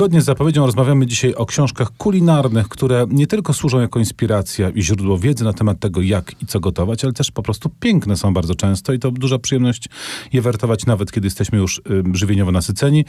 Zgodnie z zapowiedzią rozmawiamy dzisiaj o książkach kulinarnych, które nie tylko służą jako inspiracja i źródło wiedzy na temat tego, jak i co gotować, ale też po prostu piękne są bardzo często i to duża przyjemność je wertować, nawet kiedy jesteśmy już żywieniowo nasyceni.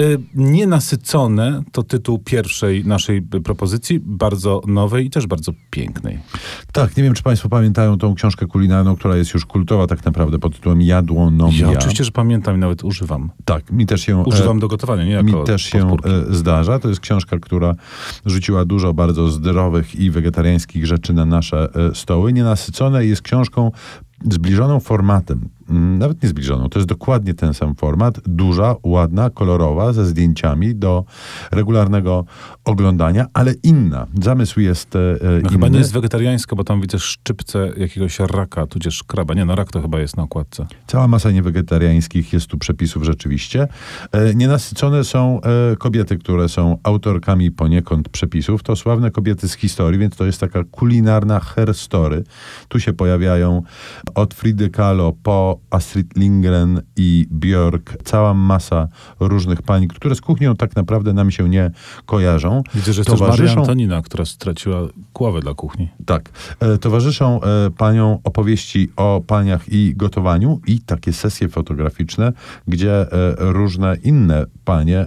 Nienasycone to tytuł pierwszej naszej propozycji, bardzo nowej i też bardzo pięknej. Tak, nie wiem, czy państwo pamiętają tą książkę kulinarną, która jest już kultowa tak naprawdę pod tytułem Jadłonomia. Ja oczywiście, że pamiętam i nawet używam. Tak, mi też się... Używam do gotowania, nie jako mi też się zdarza. To jest książka, która rzuciła dużo bardzo zdrowych i wegetariańskich rzeczy na nasze stoły. Nienasycone jest książką zbliżoną formatem. Nawet nie zbliżoną, to jest dokładnie ten sam format. Duża, ładna, kolorowa, ze zdjęciami do regularnego oglądania, ale inna. Zamysł jest inny. Chyba nie jest wegetariańska, bo tam widzę szczypce jakiegoś raka, tudzież kraba. Nie, rak to chyba jest na okładce. Cała masa niewegetariańskich jest tu przepisów rzeczywiście. Nienasycone są kobiety, które są autorkami poniekąd przepisów. To sławne kobiety z historii, więc to jest taka kulinarna hair story. Tu się pojawiają od Fridy Kahlo po Astrid Lindgren i Björk. Cała masa różnych pań, które z kuchnią tak naprawdę nam się nie kojarzą. Widzę, że jest też Maria Antonina, która straciła głowę dla kuchni. Tak. Towarzyszą paniom opowieści o paniach i gotowaniu i takie sesje fotograficzne, gdzie różne inne panie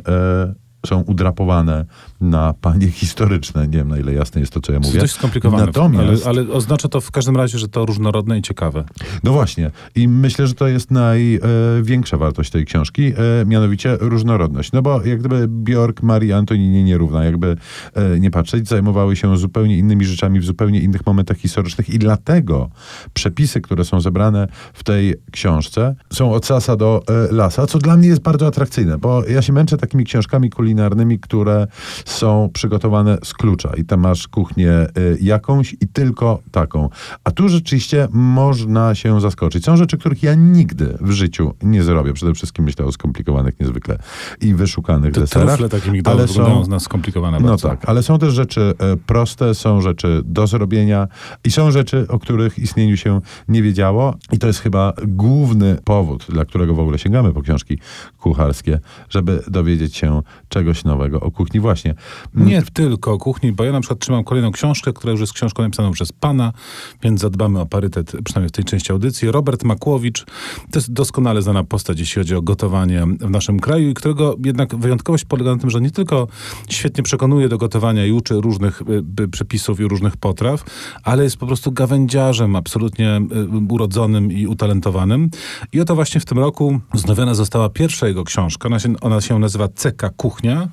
są udrapowane na panie historyczne. Nie wiem, na ile jasne jest to, co ja mówię. To jest skomplikowane, Natomiast, ale oznacza to w każdym razie, że to różnorodne i ciekawe. No właśnie. I myślę, że to jest największa wartość tej książki, mianowicie różnorodność. No bo jak gdyby Björk Marii Antoninie nierówna, jakby nie patrzeć, zajmowały się zupełnie innymi rzeczami w zupełnie innych momentach historycznych i dlatego przepisy, które są zebrane w tej książce, są od sasa do lasa, co dla mnie jest bardzo atrakcyjne, bo ja się męczę takimi książkami kulinarnymi, które są przygotowane z klucza i tam masz kuchnię jakąś i tylko taką. A tu rzeczywiście można się zaskoczyć. Są rzeczy, których ja nigdy w życiu nie zrobię. Przede wszystkim myślę o skomplikowanych niezwykle i wyszukanych deserach. Trufle takie migdały wyglądają na skomplikowane bardzo. No tak, ale są też rzeczy proste, są rzeczy do zrobienia i są rzeczy, o których istnieniu się nie wiedziało i to jest chyba główny powód, dla którego w ogóle sięgamy po książki kucharskie, żeby dowiedzieć się czegoś nowego o kuchni właśnie. Nie tylko o kuchni, bo ja na przykład trzymam kolejną książkę, która już jest książką napisaną przez pana, więc zadbamy o parytet, przynajmniej w tej części audycji. Robert Makłowicz to jest doskonale znana postać, jeśli chodzi o gotowanie w naszym kraju i którego jednak wyjątkowość polega na tym, że nie tylko świetnie przekonuje do gotowania i uczy różnych przepisów i różnych potraw, ale jest po prostu gawędziarzem absolutnie urodzonym i utalentowanym. I oto właśnie w tym roku wznowiona została pierwsza jego książka. Ona się nazywa CK Kuchnia.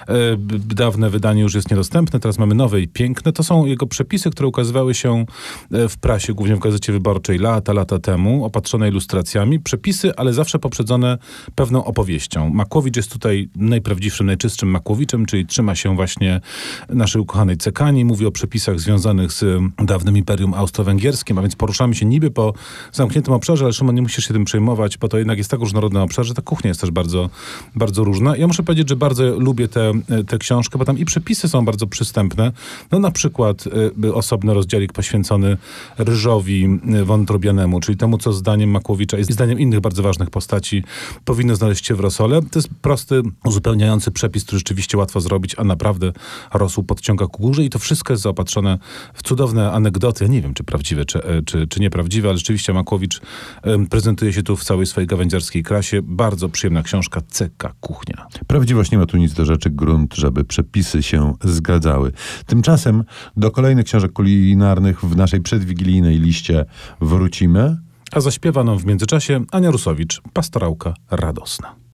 Dawne wydanie już jest niedostępne, teraz mamy nowe i piękne. To są jego przepisy, które ukazywały się w prasie, głównie w Gazecie Wyborczej lata temu, opatrzone ilustracjami. Przepisy, ale zawsze poprzedzone pewną opowieścią. Makłowicz jest tutaj najprawdziwszym, najczystszym Makłowiczem, czyli trzyma się właśnie naszej ukochanej Cekani, mówi o przepisach związanych z dawnym Imperium Austro-Węgierskim, a więc poruszamy się niby po zamkniętym obszarze, ale Szymon, nie musisz się tym przejmować, bo to jednak jest tak różnorodny obszar, że ta kuchnia jest też bardzo, bardzo różna. Ja muszę powiedzieć, że bardzo lubię tę książkę, bo tam i przepisy są bardzo przystępne. No na przykład osobny rozdziałik poświęcony ryżowi wątrobianemu, czyli temu, co zdaniem Makłowicza i zdaniem innych bardzo ważnych postaci powinno znaleźć się w rosole. To jest prosty, uzupełniający przepis, który rzeczywiście łatwo zrobić, a naprawdę rosół podciąga ku górze i to wszystko jest zaopatrzone w cudowne anegdoty. Ja nie wiem, czy prawdziwe, czy nieprawdziwe, ale rzeczywiście Makłowicz prezentuje się tu w całej swojej gawędziarskiej krasie. Bardzo przyjemna książka CK Kuchnia. Prawdziwość nie ma tu nic do rzeczy, grunt, żeby przepisy się zgadzały. Tymczasem do kolejnych książek kulinarnych w naszej przedwigilijnej liście wrócimy. A zaśpiewa nam w międzyczasie Ania Rusowicz, Pastorałka radosna.